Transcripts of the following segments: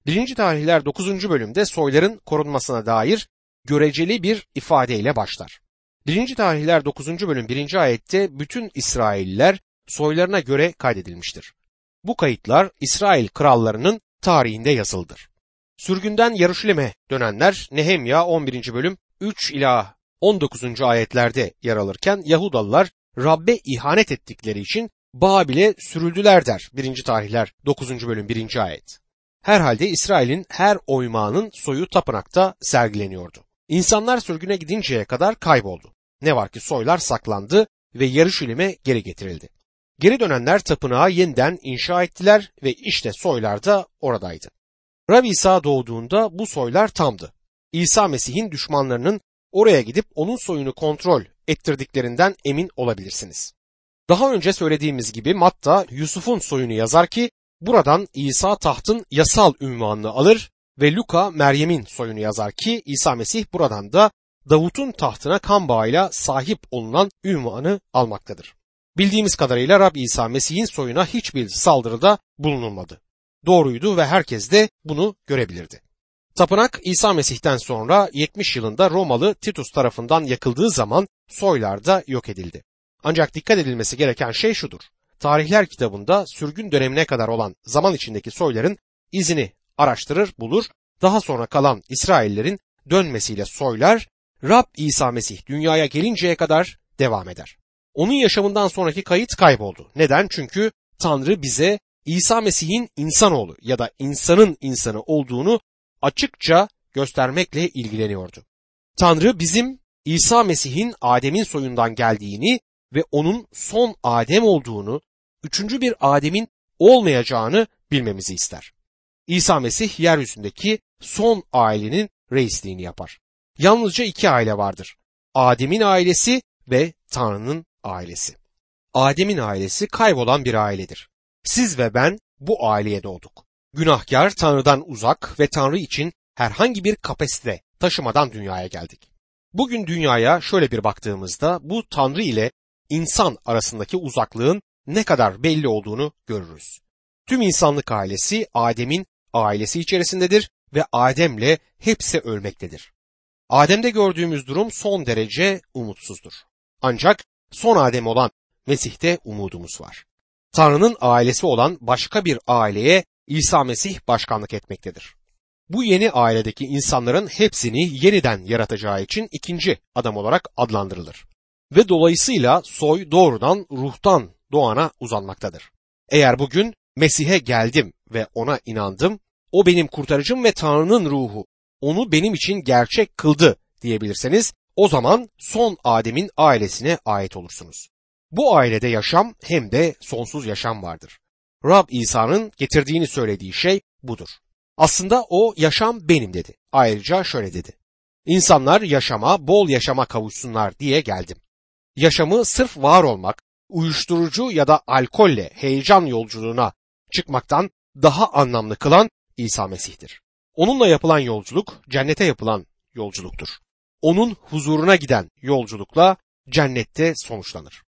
1. Tarihler 9. bölümde soyların korunmasına dair göreceli bir ifadeyle başlar. 1. Tarihler 9. bölüm 1. ayette bütün İsrailliler soylarına göre kaydedilmiştir. Bu kayıtlar İsrail krallarının tarihinde yazılıdır. Sürgünden Yaruşilim'e dönenler Nehemya 11. bölüm 3 ila 19. ayetlerde yer alırken Yahudalılar Rabbe ihanet ettikleri için Babil'e sürüldüler der 1. Tarihler 9. bölüm 1. ayet. Herhalde İsrail'in her oymağının soyu tapınakta sergileniyordu. İnsanlar sürgüne gidinceye kadar kayboldu. Ne var ki soylar saklandı ve Yaruşilim'e geri getirildi. Geri dönenler tapınağı yeniden inşa ettiler ve işte soylar da oradaydı. Rab İsa doğduğunda bu soylar tamdı. İsa Mesih'in düşmanlarının oraya gidip onun soyunu kontrol ettirdiklerinden emin olabilirsiniz. Daha önce söylediğimiz gibi Matta Yusuf'un soyunu yazar ki buradan İsa tahtın yasal ünvanını alır ve Luka Meryem'in soyunu yazar ki İsa Mesih buradan da Davut'un tahtına kan bağıyla sahip olunan ünvanı almaktadır. Bildiğimiz kadarıyla Rab İsa Mesih'in soyuna hiçbir saldırıda bulunulmadı. Doğruydu ve herkes de bunu görebilirdi. Tapınak İsa Mesih'ten sonra 70 yılında Romalı Titus tarafından yakıldığı zaman soylar da yok edildi. Ancak dikkat edilmesi gereken şey şudur. Tarihler kitabında sürgün dönemine kadar olan zaman içindeki soyların izini araştırır bulur, daha sonra kalan İsraillerin dönmesiyle soylar Rab İsa Mesih dünyaya gelinceye kadar devam eder. Onun yaşamından sonraki kayıt kayboldu. Neden? Çünkü Tanrı bize İsa Mesih'in insanoğlu ya da insanın insanı olduğunu açıkça göstermekle ilgileniyordu. Tanrı bizim İsa Mesih'in Adem'in soyundan geldiğini ve onun son Adem olduğunu, üçüncü bir Adem'in olmayacağını bilmemizi ister. İsa Mesih yeryüzündeki son ailenin reisliğini yapar. Yalnızca iki aile vardır. Adem'in ailesi ve Tanrı'nın ailesi. Adem'in ailesi kaybolan bir ailedir. Siz ve ben bu aileye doğduk. Günahkar, Tanrı'dan uzak ve Tanrı için herhangi bir kapasite taşımadan dünyaya geldik. Bugün dünyaya şöyle bir baktığımızda bu Tanrı ile insan arasındaki uzaklığın ne kadar belli olduğunu görürüz. Tüm insanlık ailesi Adem'in ailesi içerisindedir ve Adem'le hepsi ölmektedir. Adem'de gördüğümüz durum son derece umutsuzdur. Ancak son Adem olan Mesih'te umudumuz var. Tanrı'nın ailesi olan başka bir aileye İsa Mesih başkanlık etmektedir. Bu yeni ailedeki insanların hepsini yeniden yaratacağı için ikinci adam olarak adlandırılır. Ve dolayısıyla soy doğrudan ruhtan doğana uzanmaktadır. Eğer bugün Mesih'e geldim ve ona inandım, o benim kurtarıcım ve Tanrı'nın ruhu, onu benim için gerçek kıldı diyebilirseniz, o zaman son Adem'in ailesine ait olursunuz. Bu ailede yaşam hem de sonsuz yaşam vardır. Rab İsa'nın getirdiğini söylediği şey budur. Aslında o yaşam benim dedi. Ayrıca şöyle dedi. İnsanlar yaşama, bol yaşama kavuşsunlar diye geldim. Yaşamı sırf var olmak, uyuşturucu ya da alkolle heyecan yolculuğuna çıkmaktan daha anlamlı kılan İsa Mesih'tir. Onunla yapılan yolculuk cennete yapılan yolculuktur. Onun huzuruna giden yolculukla cennette sonuçlanır.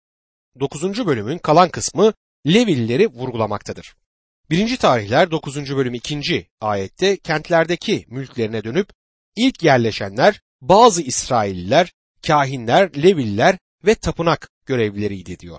9. bölümün kalan kısmı Levilileri vurgulamaktadır. 1. Tarihler 9. bölüm 2. ayette kentlerdeki mülklerine dönüp ilk yerleşenler bazı İsrailliler, kahinler, Levililer ve tapınak görevlileriydi diyor.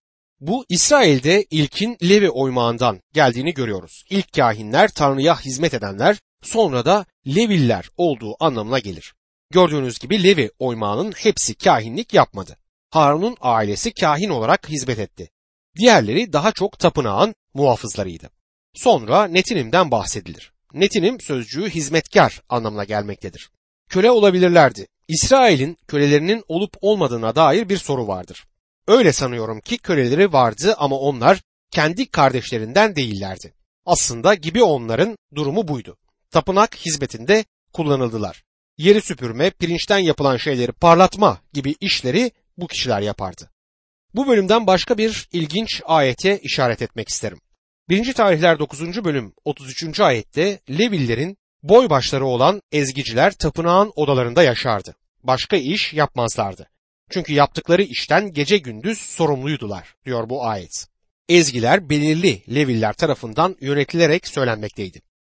Bu İsrail'de ilkin Levi oymağından geldiğini görüyoruz. İlk kahinler Tanrı'ya hizmet edenler, sonra da Levililer olduğu anlamına gelir. Gördüğünüz gibi Levi oymağının hepsi kahinlik yapmadı. Harun'un ailesi kahin olarak hizmet etti. Diğerleri daha çok tapınağın muhafızlarıydı. Sonra Netinim'den bahsedilir. Netinim sözcüğü hizmetkar anlamına gelmektedir. Köle olabilirlerdi. İsrail'in kölelerinin olup olmadığına dair bir soru vardır. Öyle sanıyorum ki köleleri vardı ama onlar kendi kardeşlerinden değillerdi. Aslında Gibeonların durumu buydu. Tapınak hizmetinde kullanıldılar. Yeri süpürme, pirinçten yapılan şeyleri parlatma gibi işleri bu kişiler yapardı. Bu bölümden başka bir ilginç ayete işaret etmek isterim. 1. Tarihler 9. bölüm 33. ayette Levillerin boy başları olan ezgiciler tapınağın odalarında yaşardı. Başka iş yapmazlardı. Çünkü yaptıkları işten gece gündüz sorumluydular diyor bu ayet. Ezgiler belirli Leviller tarafından yönetilerek söylenmekteydi.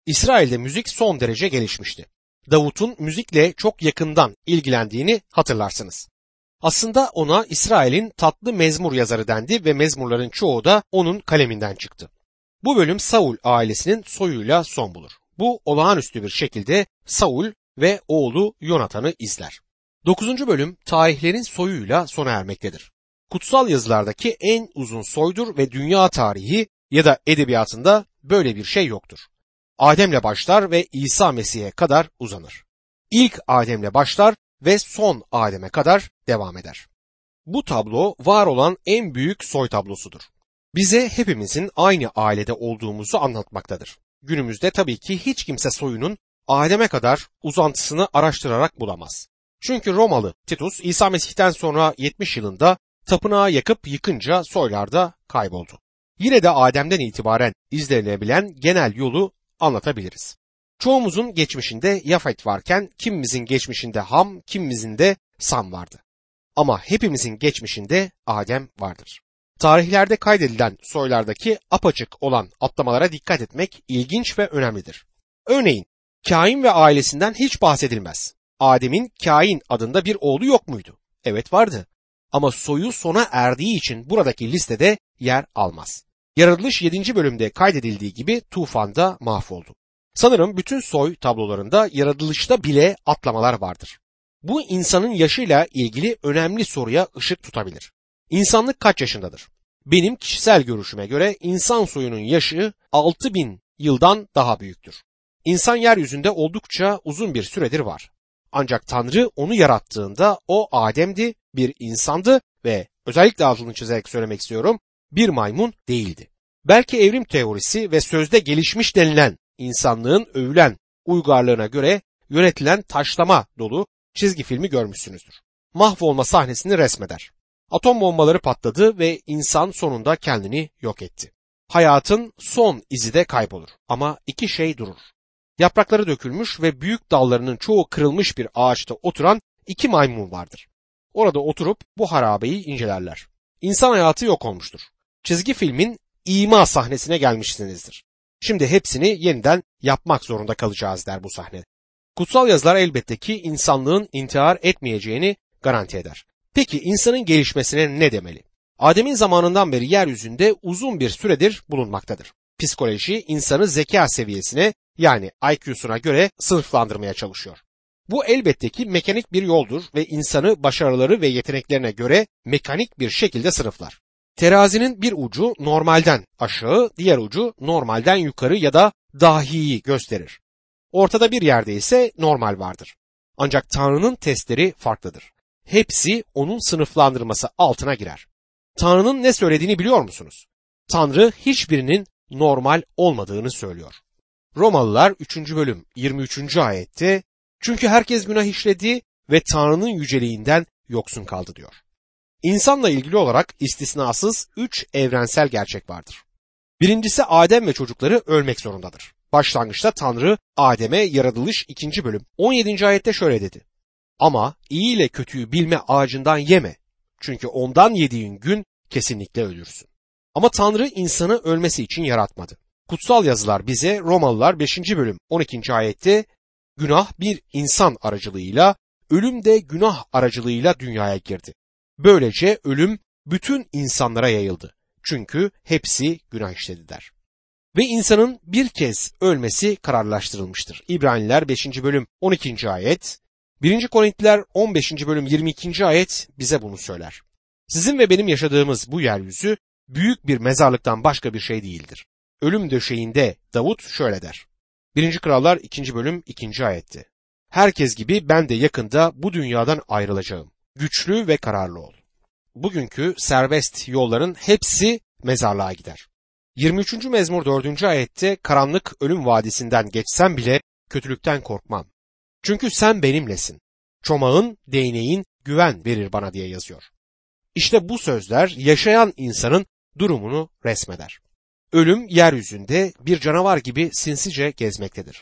İsrail'de müzik son derece gelişmişti. Davut'un müzikle çok yakından ilgilendiğini hatırlarsınız. Aslında ona İsrail'in tatlı mezmur yazarı dendi ve mezmurların çoğu da onun kaleminden çıktı. Bu bölüm Saul ailesinin soyuyla son bulur. Bu olağanüstü bir şekilde Saul ve oğlu Yonatan'ı izler. 9. bölüm tarihlerin soyuyla sona ermektedir. Kutsal yazılardaki en uzun soydur ve dünya tarihi ya da edebiyatında böyle bir şey yoktur. Adem'le başlar ve İsa Mesih'e kadar uzanır. İlk Adem'le başlar ve son Adem'e kadar devam eder. Bu tablo var olan en büyük soy tablosudur. Bize hepimizin aynı ailede olduğumuzu anlatmaktadır. Günümüzde tabii ki hiç kimse soyunun Adem'e kadar uzantısını araştırarak bulamaz. Çünkü Romalı Titus İsa Mesih'ten sonra 70 yılında tapınağı yakıp yıkınca soylarda kayboldu. Yine de Adem'den itibaren izlenebilen genel yolu anlatabiliriz. Çoğumuzun geçmişinde Yafet varken kimimizin geçmişinde Ham, kimimizin de Sam vardı. Ama hepimizin geçmişinde Adem vardır. Tarihlerde kaydedilen soylardaki apaçık olan atlamalara dikkat etmek ilginç ve önemlidir. Örneğin Kain ve ailesinden hiç bahsedilmez. Adem'in Kain adında bir oğlu yok muydu? Evet vardı. Ama soyu sona erdiği için buradaki listede yer almaz. Yaratılış 7. bölümde kaydedildiği gibi tufanda mahvoldu. Sanırım bütün soy tablolarında yaratılışta bile atlamalar vardır. Bu insanın yaşıyla ilgili önemli soruya ışık tutabilir. İnsanlık kaç yaşındadır? Benim kişisel görüşüme göre insan soyunun yaşı 6000 yıldan daha büyüktür. İnsan yeryüzünde oldukça uzun bir süredir var. Ancak Tanrı onu yarattığında o Adem'di, bir insandı ve özellikle altını çizerek söylemek istiyorum, bir maymun değildi. Belki evrim teorisi ve sözde gelişmiş denilen insanlığın övülen uygarlığına göre yönetilen taşlama dolu çizgi filmi görmüşsünüzdür. Mahvolma sahnesini resmeder. Atom bombaları patladı ve insan sonunda kendini yok etti. Hayatın son izi de kaybolur ama iki şey durur. Yaprakları dökülmüş ve büyük dallarının çoğu kırılmış bir ağaçta oturan iki maymun vardır. Orada oturup bu harabeyi incelerler. İnsan hayatı yok olmuştur. Çizgi filmin ima sahnesine gelmişsinizdir. Şimdi hepsini yeniden yapmak zorunda kalacağız der bu sahne. Kutsal yazılar elbette ki insanlığın intihar etmeyeceğini garanti eder. Peki insanın gelişmesine ne demeli? Adem'in zamanından beri yeryüzünde uzun bir süredir bulunmaktadır. Psikoloji insanı zeka seviyesine yani IQ'suna göre sınıflandırmaya çalışıyor. Bu elbette ki mekanik bir yoldur ve insanı başarıları ve yeteneklerine göre mekanik bir şekilde sınıflar. Terazinin bir ucu normalden aşağı, diğer ucu normalden yukarı ya da dahiyi gösterir. Ortada bir yerde ise normal vardır. Ancak Tanrı'nın testleri farklıdır. Hepsi onun sınıflandırması altına girer. Tanrı'nın ne söylediğini biliyor musunuz? Tanrı hiçbirinin normal olmadığını söylüyor. Romalılar 3. bölüm 23. ayette çünkü herkes günah işledi ve Tanrı'nın yüceliğinden yoksun kaldı diyor. İnsanla ilgili olarak istisnasız 3 evrensel gerçek vardır. Birincisi Adem ve çocukları ölmek zorundadır. Başlangıçta Tanrı Adem'e yaratılış 2. bölüm 17. ayette şöyle dedi. Ama iyi ile kötüyü bilme ağacından yeme. Çünkü ondan yediğin gün kesinlikle ölürsün. Ama Tanrı insanı ölmesi için yaratmadı. Kutsal yazılar bize Romalılar 5. bölüm 12. ayette günah bir insan aracılığıyla, ölüm de günah aracılığıyla dünyaya girdi. Böylece ölüm bütün insanlara yayıldı. Çünkü hepsi günah işledi der. Ve insanın bir kez ölmesi kararlaştırılmıştır. İbraniler 5. bölüm 12. ayet, 1. Korintiler 15. bölüm 22. ayet bize bunu söyler. Sizin ve benim yaşadığımız bu yeryüzü büyük bir mezarlıktan başka bir şey değildir. Ölüm döşeğinde Davut şöyle der. 1. Krallar 2. bölüm 2. ayette. Herkes gibi ben de yakında bu dünyadan ayrılacağım. Güçlü ve kararlı ol. Bugünkü serbest yolların hepsi mezarlığa gider. 23. mezmur 4. ayette karanlık ölüm vadisinden geçsem bile kötülükten korkmam. Çünkü sen benimlesin. Çomağın, değneğin güven verir bana diye yazıyor. İşte bu sözler yaşayan insanın durumunu resmeder. Ölüm yeryüzünde bir canavar gibi sinsice gezmektedir.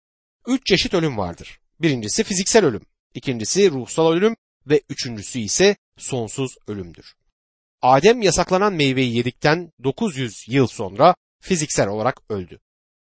3 çeşit ölüm vardır. Birincisi fiziksel ölüm, ikincisi ruhsal ölüm ve üçüncüsü ise sonsuz ölümdür. Adem yasaklanan meyveyi yedikten 900 yıl sonra fiziksel olarak öldü.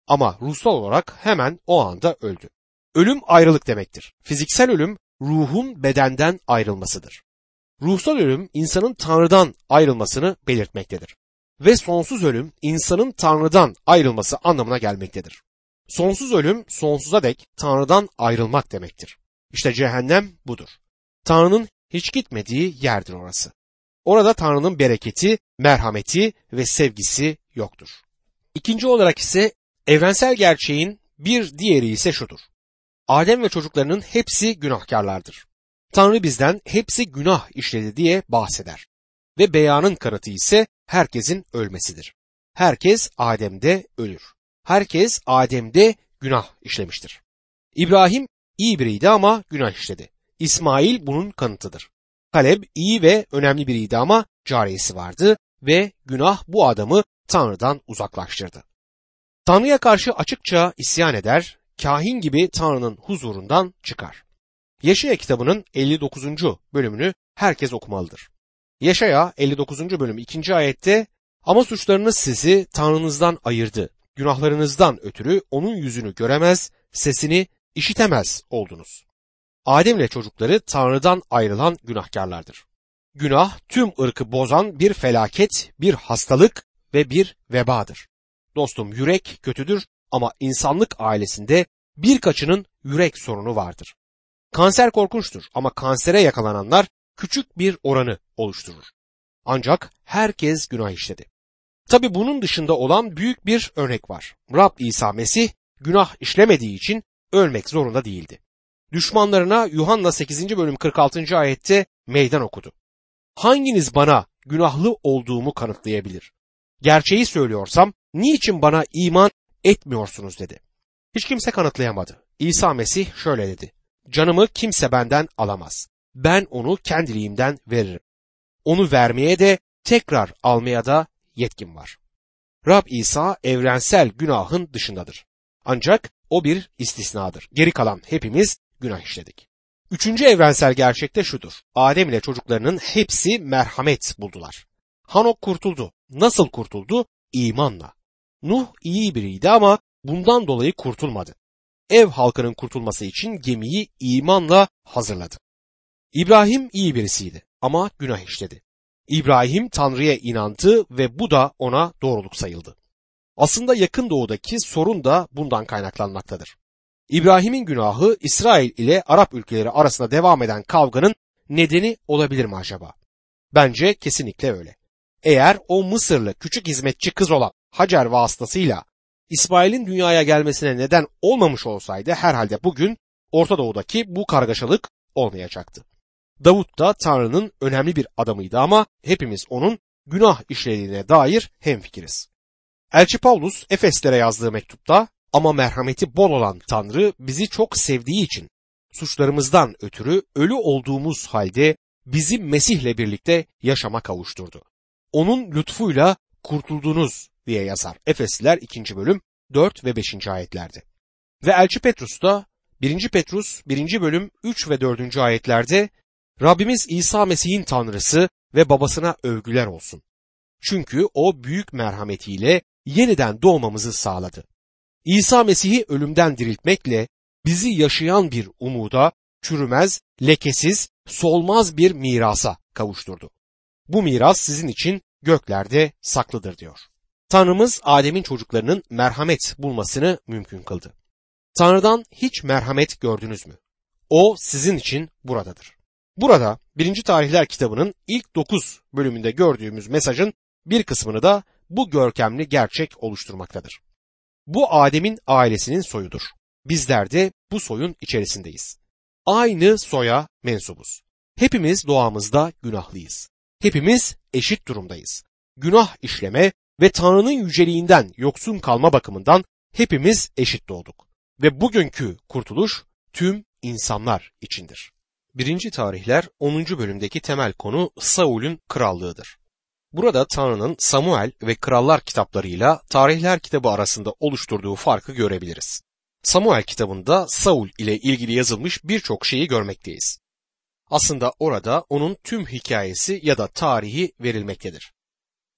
Ama ruhsal olarak hemen o anda öldü. Ölüm ayrılık demektir. Fiziksel ölüm ruhun bedenden ayrılmasıdır. Ruhsal ölüm insanın Tanrı'dan ayrılmasını belirtmektedir. Ve sonsuz ölüm insanın Tanrı'dan ayrılması anlamına gelmektedir. Sonsuz ölüm sonsuza dek Tanrı'dan ayrılmak demektir. İşte cehennem budur. Tanrı'nın hiç gitmediği yerdir orası. Orada Tanrı'nın bereketi, merhameti ve sevgisi yoktur. İkinci olarak ise evrensel gerçeğin bir diğeri ise şudur. Adem ve çocuklarının hepsi günahkarlardır. Tanrı bizden hepsi günah işledi diye bahseder. Ve beyanın kanıtı ise herkesin ölmesidir. Herkes Adem'de ölür. Herkes Adem'de günah işlemiştir. İbrahim iyi biriydi ama günah işledi. İsmail bunun kanıtıdır. Kaleb iyi ve önemli biriydi ama cariyesi vardı ve günah bu adamı Tanrı'dan uzaklaştırdı. Tanrı'ya karşı açıkça isyan eder, kahin gibi Tanrı'nın huzurundan çıkar. Yeşaya kitabının 59. bölümünü herkes okumalıdır. Yeşaya 59. bölüm 2. ayette ama suçlarınız sizi Tanrınızdan ayırdı. Günahlarınızdan ötürü onun yüzünü göremez, sesini işitemez oldunuz. Adem'le çocukları Tanrı'dan ayrılan günahkarlardır. Günah tüm ırkı bozan bir felaket, bir hastalık ve bir vebadır. Dostum, yürek kötüdür ama insanlık ailesinde birkaçının yürek sorunu vardır. Kanser korkunçtur ama kansere yakalananlar küçük bir oranı oluşturur. Ancak herkes günah işledi. Tabi bunun dışında olan büyük bir örnek var. Rab İsa Mesih günah işlemediği için ölmek zorunda değildi. Düşmanlarına Yuhanna 8. bölüm 46. ayette meydan okudu. Hanginiz bana günahlı olduğumu kanıtlayabilir? Gerçeği söylüyorsam niçin bana iman etmiyorsunuz dedi. Hiç kimse kanıtlayamadı. İsa Mesih şöyle dedi. Canımı kimse benden alamaz. Ben onu kendiliğimden veririm. Onu vermeye de tekrar almaya da yetkim var. Rab İsa evrensel günahın dışındadır. Ancak o bir istisnadır. Geri kalan hepimiz günah işledik. Üçüncü evrensel gerçek de şudur. Adem ile çocuklarının hepsi merhamet buldular. Hanok kurtuldu. Nasıl kurtuldu? İmanla. Nuh iyi biriydi ama bundan dolayı kurtulmadı. Ev halkının kurtulması için gemiyi imanla hazırladı. İbrahim iyi birisiydi ama günah işledi. İbrahim Tanrı'ya inandı ve bu da ona doğruluk sayıldı. Aslında yakın doğudaki sorun da bundan kaynaklanmaktadır. İbrahim'in günahı İsrail ile Arap ülkeleri arasında devam eden kavganın nedeni olabilir mi acaba? Bence kesinlikle öyle. Eğer o Mısırlı küçük hizmetçi kız olan Hacer vasıtasıyla İsmail'in dünyaya gelmesine neden olmamış olsaydı herhalde bugün Orta Doğu'daki bu kargaşalık olmayacaktı. Davut da Tanrı'nın önemli bir adamıydı ama hepimiz onun günah işlediğine dair hemfikiriz. Elçi Pavlus Efeslere yazdığı mektupta ama merhameti bol olan Tanrı bizi çok sevdiği için suçlarımızdan ötürü ölü olduğumuz halde bizi Mesih'le birlikte yaşama kavuşturdu. Onun lütfuyla kurtuldunuz diye yazar Efesliler 2. bölüm 4 ve 5. ayetlerde. Ve Elçi Petrus da 1. Petrus 1. bölüm 3 ve 4. ayetlerde Rabbimiz İsa Mesih'in Tanrısı ve babasına övgüler olsun. Çünkü o büyük merhametiyle yeniden doğmamızı sağladı. İsa Mesih'i ölümden diriltmekle bizi yaşayan bir umuda, çürümez, lekesiz, solmaz bir mirasa kavuşturdu. Bu miras sizin için göklerde saklıdır diyor. Tanrımız Adem'in çocuklarının merhamet bulmasını mümkün kıldı. Tanrı'dan hiç merhamet gördünüz mü? O sizin için buradadır. Burada 1. Tarihler kitabının ilk 9 bölümünde gördüğümüz mesajın bir kısmını da bu görkemli gerçek oluşturmaktadır. Bu Adem'in ailesinin soyudur. Bizler de bu soyun içerisindeyiz. Aynı soya mensubuz. Hepimiz doğamızda günahlıyız. Hepimiz eşit durumdayız. Günah işleme ve Tanrı'nın yüceliğinden yoksun kalma bakımından hepimiz eşit doğduk. Ve bugünkü kurtuluş tüm insanlar içindir. 1. Tarihler 10. bölümdeki temel konu Saul'ün krallığıdır. Burada Tanrı'nın Samuel ve Krallar kitaplarıyla Tarihler kitabı arasında oluşturduğu farkı görebiliriz. Samuel kitabında Saul ile ilgili yazılmış birçok şeyi görmekteyiz. Aslında orada onun tüm hikayesi ya da tarihi verilmektedir.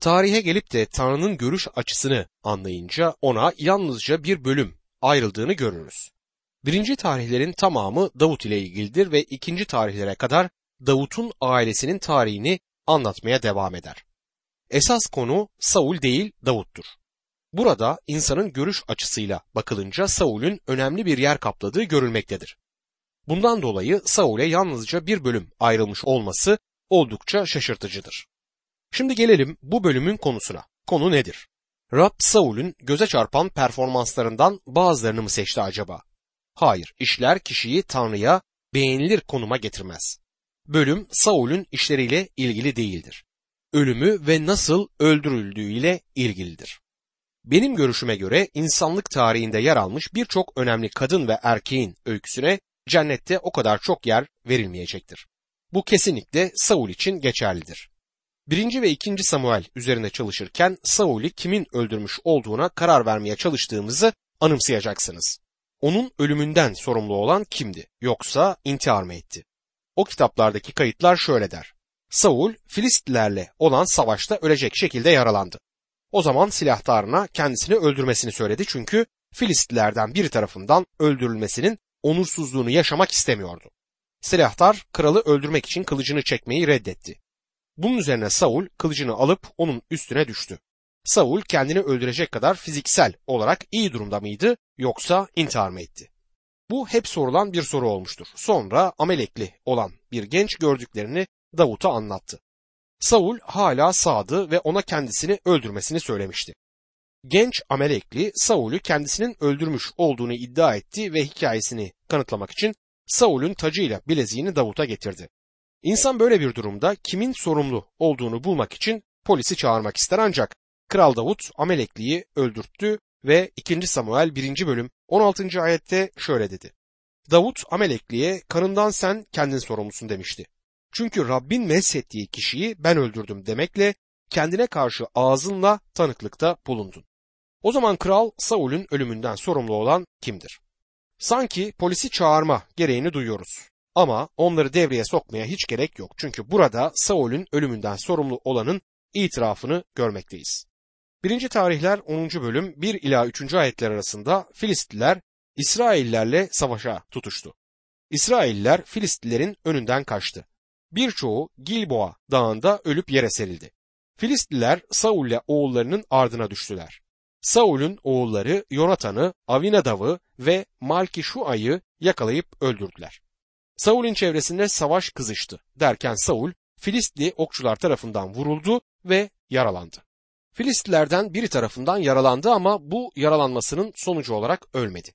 Tarihe gelip de Tanrı'nın görüş açısını anlayınca ona yalnızca bir bölüm ayrıldığını görürüz. 1. tarihlerin tamamı Davut ile ilgilidir ve 2. tarihlere kadar Davut'un ailesinin tarihini anlatmaya devam eder. Esas konu Saul değil Davut'tur. Burada insanın görüş açısıyla bakılınca Saul'ün önemli bir yer kapladığı görülmektedir. Bundan dolayı Saul'e yalnızca bir bölüm ayrılmış olması oldukça şaşırtıcıdır. Şimdi gelelim bu bölümün konusuna. Konu nedir? Rab Saul'ün göze çarpan performanslarından bazılarını mı seçti acaba? Hayır, işler kişiyi Tanrı'ya beğenilir konuma getirmez. Bölüm Saul'ün işleriyle ilgili değildir. Ölümü ve nasıl öldürüldüğüyle ilgilidir. Benim görüşüme göre insanlık tarihinde yer almış birçok önemli kadın ve erkeğin öyküsüne cennette o kadar çok yer verilmeyecektir. Bu kesinlikle Saul için geçerlidir. 1. ve 2. Samuel üzerine çalışırken Saul'ü kimin öldürmüş olduğuna karar vermeye çalıştığımızı anımsayacaksınız. Onun ölümünden sorumlu olan kimdi, yoksa intihar mı etti? O kitaplardaki kayıtlar şöyle der. Saul, Filistlilerle olan savaşta ölecek şekilde yaralandı. O zaman silahtarına kendisini öldürmesini söyledi çünkü Filistlilerden biri tarafından öldürülmesinin onursuzluğunu yaşamak istemiyordu. Silahtar kralı öldürmek için kılıcını çekmeyi reddetti. Bunun üzerine Saul kılıcını alıp onun üstüne düştü. Saul kendini öldürecek kadar fiziksel olarak iyi durumda mıydı yoksa intihar mı etti? Bu hep sorulan bir soru olmuştur. Sonra Amalekli olan bir genç gördüklerini Davut'a anlattı. Saul hala sağdı ve ona kendisini öldürmesini söylemişti. Genç Amalekli Saul'ü kendisinin öldürmüş olduğunu iddia etti ve hikayesini kanıtlamak için Saul'ün tacıyla bileziğini Davut'a getirdi. İnsan böyle bir durumda kimin sorumlu olduğunu bulmak için polisi çağırmak ister ancak Kral Davut Amalekli'yi öldürttü ve 2. Samuel 1. bölüm 16. ayette şöyle dedi. Davut Amalekli'ye kanından sen kendin sorumlusun demişti. Çünkü Rabbin meshettiği kişiyi ben öldürdüm demekle kendine karşı ağzınla tanıklıkta bulundun. O zaman kral Saul'ün ölümünden sorumlu olan kimdir? Sanki polisi çağırma gereğini duyuyoruz. Ama onları devreye sokmaya hiç gerek yok. Çünkü burada Saul'ün ölümünden sorumlu olanın itirafını görmekteyiz. 1. tarihler 10. bölüm 1 ila 3. ayetler arasında Filistliler İsraillerle savaşa tutuştu. İsrailler Filistlilerin önünden kaçtı. Birçoğu Gilboa dağında ölüp yere serildi. Filistliler Saul'le oğullarının ardına düştüler. Saul'ün oğulları Yonatan'ı, Avinadav'ı ve Malkişua'yı yakalayıp öldürdüler. Saul'ün çevresinde savaş kızıştı derken Saul Filistli okçular tarafından vuruldu ve yaralandı. Filistlilerden biri tarafından yaralandı ama bu yaralanmasının sonucu olarak ölmedi.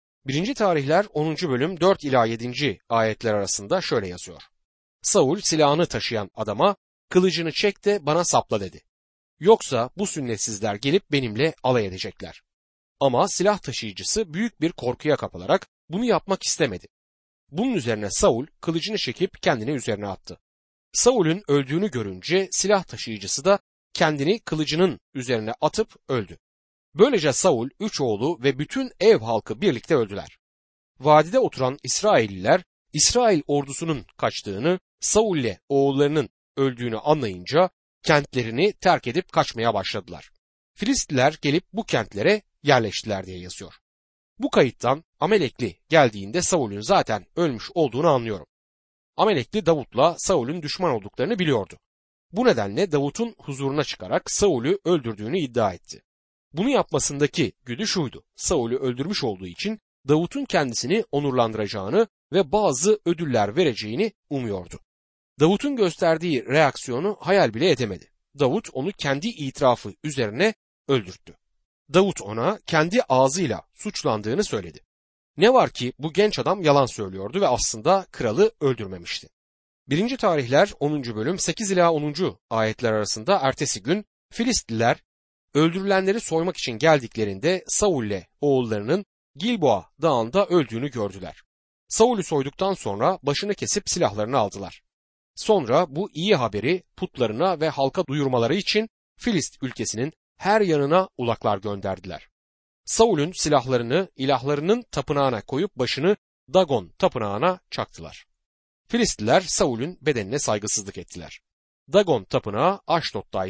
1. tarihler 10. bölüm 4 ila 7. ayetler arasında şöyle yazıyor. Saul silahını taşıyan adama kılıcını çek de bana sapla dedi. Yoksa bu sünnetsizler gelip benimle alay edecekler. Ama silah taşıyıcısı büyük bir korkuya kapılarak bunu yapmak istemedi. Bunun üzerine Saul kılıcını çekip kendini üzerine attı. Saul'ün öldüğünü görünce silah taşıyıcısı da kendini kılıcının üzerine atıp öldü. Böylece Saul, 3 oğlu ve bütün ev halkı birlikte öldüler. Vadide oturan İsrailliler İsrail ordusunun kaçtığını, Saul'le oğullarının öldüğünü anlayınca kentlerini terk edip kaçmaya başladılar. Filistliler gelip bu kentlere yerleştiler diye yazıyor. Bu kayıttan Amalekli geldiğinde Saul'ün zaten ölmüş olduğunu anlıyorum. Amalekli Davut'la Saul'ün düşman olduklarını biliyordu. Bu nedenle Davut'un huzuruna çıkarak Saul'ü öldürdüğünü iddia etti. Bunu yapmasındaki güdü şuydu. Saul'ü öldürmüş olduğu için Davut'un kendisini onurlandıracağını ve bazı ödüller vereceğini umuyordu. Davut'un gösterdiği reaksiyonu hayal bile edemedi. Davut onu kendi itirafı üzerine öldürttü. Davut ona kendi ağzıyla suçlandığını söyledi. Ne var ki bu genç adam yalan söylüyordu ve aslında kralı öldürmemişti. 1. tarihler 10. bölüm 8 ila 10. ayetler arasında ertesi gün Filistliler öldürülenleri soymak için geldiklerinde Saul'le oğullarının Gilboa dağında öldüğünü gördüler. Saul'ü soyduktan sonra başını kesip silahlarını aldılar. Sonra bu iyi haberi putlarına ve halka duyurmaları için Filist ülkesinin her yanına ulaklar gönderdiler. Saul'ün silahlarını ilahlarının tapınağına koyup başını Dagon tapınağına çaktılar. Filistliler Saul'ün bedenine saygısızlık ettiler. Dagon tapınağı Aşdod'daydı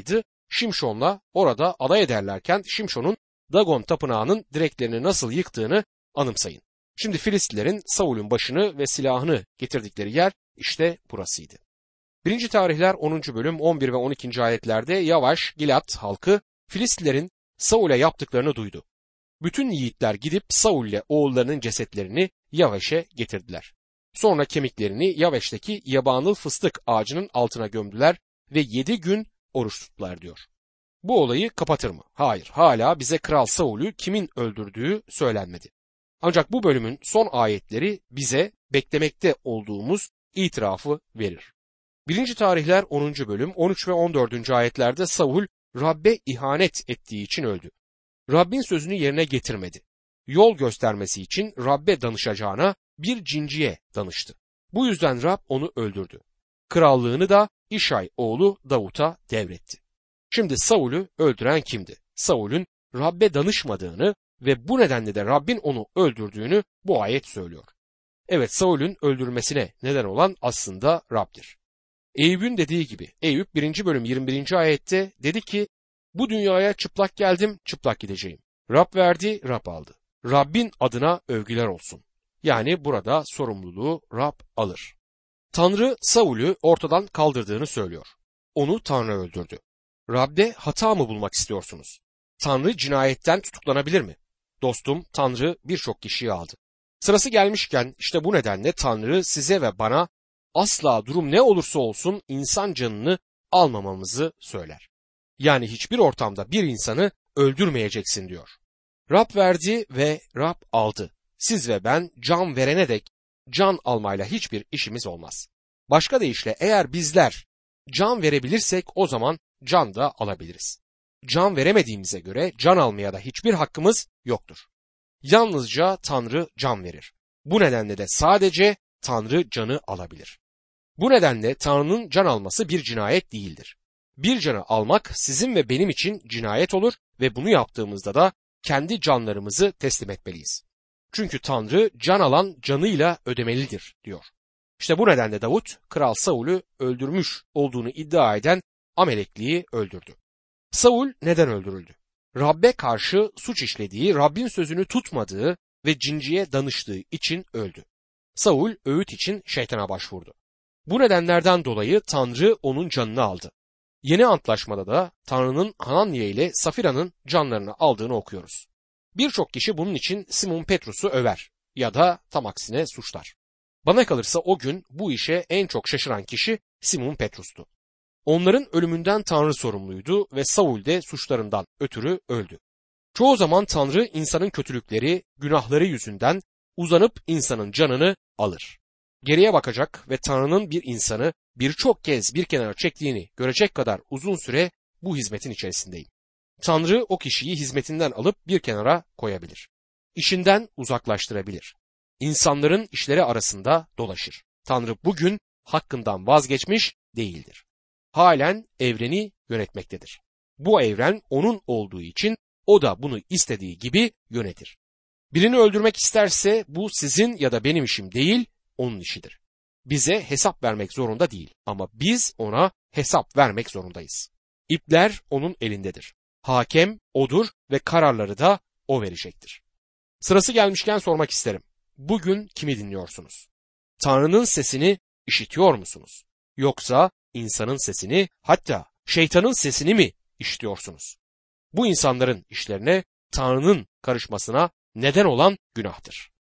Şimşon'la orada alay ederlerken Şimşon'un Dagon tapınağının direklerini nasıl yıktığını anımsayın. Şimdi Filistlilerin Saul'ün başını ve silahını getirdikleri yer işte burasıydı. 1. Tarihler 10. bölüm 11 ve 12. ayetlerde Yavaş, Gilat halkı Filistlilerin Saul'e yaptıklarını duydu. Bütün yiğitler gidip Saul ile oğullarının cesetlerini Yavaş'e getirdiler. Sonra kemiklerini Yavaş'taki yabanıl fıstık ağacının altına gömdüler ve 7 gün oruç tuttular diyor. Bu olayı kapatır mı? Hayır, hala bize Kral Saul'ü kimin öldürdüğü söylenmedi. Ancak bu bölümün son ayetleri bize beklemekte olduğumuz itirafı verir. 1. Tarihler 10. bölüm 13 ve 14. ayetlerde Saul Rab'be ihanet ettiği için öldü. Rabbin sözünü yerine getirmedi. Yol göstermesi için Rab'be danışacağına bir cinciye danıştı. Bu yüzden Rab onu öldürdü. Krallığını da İşay oğlu Davut'a devretti. Şimdi Saul'ü öldüren kimdi? Saul'ün Rab'be danışmadığını ve bu nedenle de Rabbin onu öldürdüğünü bu ayet söylüyor. Evet, Saul'ün öldürülmesine neden olan aslında Rab'dir. Eyüp'ün dediği gibi Eyüp 1. bölüm 21. ayette dedi ki bu dünyaya çıplak geldim, çıplak gideceğim. Rab verdi, Rab aldı. Rabbin adına övgüler olsun. Yani burada sorumluluğu Rab alır. Tanrı Saul'ü ortadan kaldırdığını söylüyor. Onu Tanrı öldürdü. Rab'de hata mı bulmak istiyorsunuz? Tanrı cinayetten tutuklanabilir mi? Dostum, Tanrı birçok kişiyi aldı. Sırası gelmişken işte bu nedenle Tanrı size ve bana asla durum ne olursa olsun insan canını almamamızı söyler. Yani hiçbir ortamda bir insanı öldürmeyeceksin diyor. Rab verdi ve Rab aldı. Siz ve ben can verene dek can almayla hiçbir işimiz olmaz. Başka deyişle eğer bizler can verebilirsek o zaman can da alabiliriz. Can veremediğimize göre can almaya da hiçbir hakkımız yoktur. Yalnızca Tanrı can verir. Bu nedenle de sadece Tanrı canı alabilir. Bu nedenle Tanrı'nın can alması bir cinayet değildir. Bir canı almak sizin ve benim için cinayet olur ve bunu yaptığımızda da kendi canlarımızı teslim etmeliyiz. Çünkü Tanrı can alan canıyla ödemelidir diyor. İşte bu nedenle Davut, Kral Saul'ü öldürmüş olduğunu iddia eden Amelekliyi öldürdü. Saul neden öldürüldü? Rab'be karşı suç işlediği, Rabbin sözünü tutmadığı ve cinciye danıştığı için öldü. Saul öğüt için şeytana başvurdu. Bu nedenlerden dolayı Tanrı onun canını aldı. Yeni Antlaşmada da Tanrı'nın Hananya ile Safira'nın canlarını aldığını okuyoruz. Birçok kişi bunun için Simon Petrus'u över ya da tam aksine suçlar. Bana kalırsa o gün bu işe en çok şaşıran kişi Simon Petrus'tu. Onların ölümünden Tanrı sorumluydu ve Saul de suçlarından ötürü öldü. Çoğu zaman Tanrı insanın kötülükleri, günahları yüzünden uzanıp insanın canını alır. Geriye bakacak ve Tanrı'nın bir insanı birçok kez bir kenara çektiğini görecek kadar uzun süre bu hizmetin içerisindeyim. Tanrı o kişiyi hizmetinden alıp bir kenara koyabilir. İşinden uzaklaştırabilir. İnsanların işleri arasında dolaşır. Tanrı bugün hakkından vazgeçmiş değildir. Halen evreni yönetmektedir. Bu evren onun olduğu için o da bunu istediği gibi yönetir. Birini öldürmek isterse bu sizin ya da benim işim değil, onun işidir. Bize hesap vermek zorunda değil ama biz ona hesap vermek zorundayız. İpler onun elindedir. Hakem odur ve kararları da o verecektir. Sırası gelmişken sormak isterim. Bugün kimi dinliyorsunuz? Tanrı'nın sesini işitiyor musunuz? Yoksa insanın sesini, hatta şeytanın sesini mi işitiyorsunuz? Bu insanların işlerine Tanrı'nın karışmasına neden olan günahtır.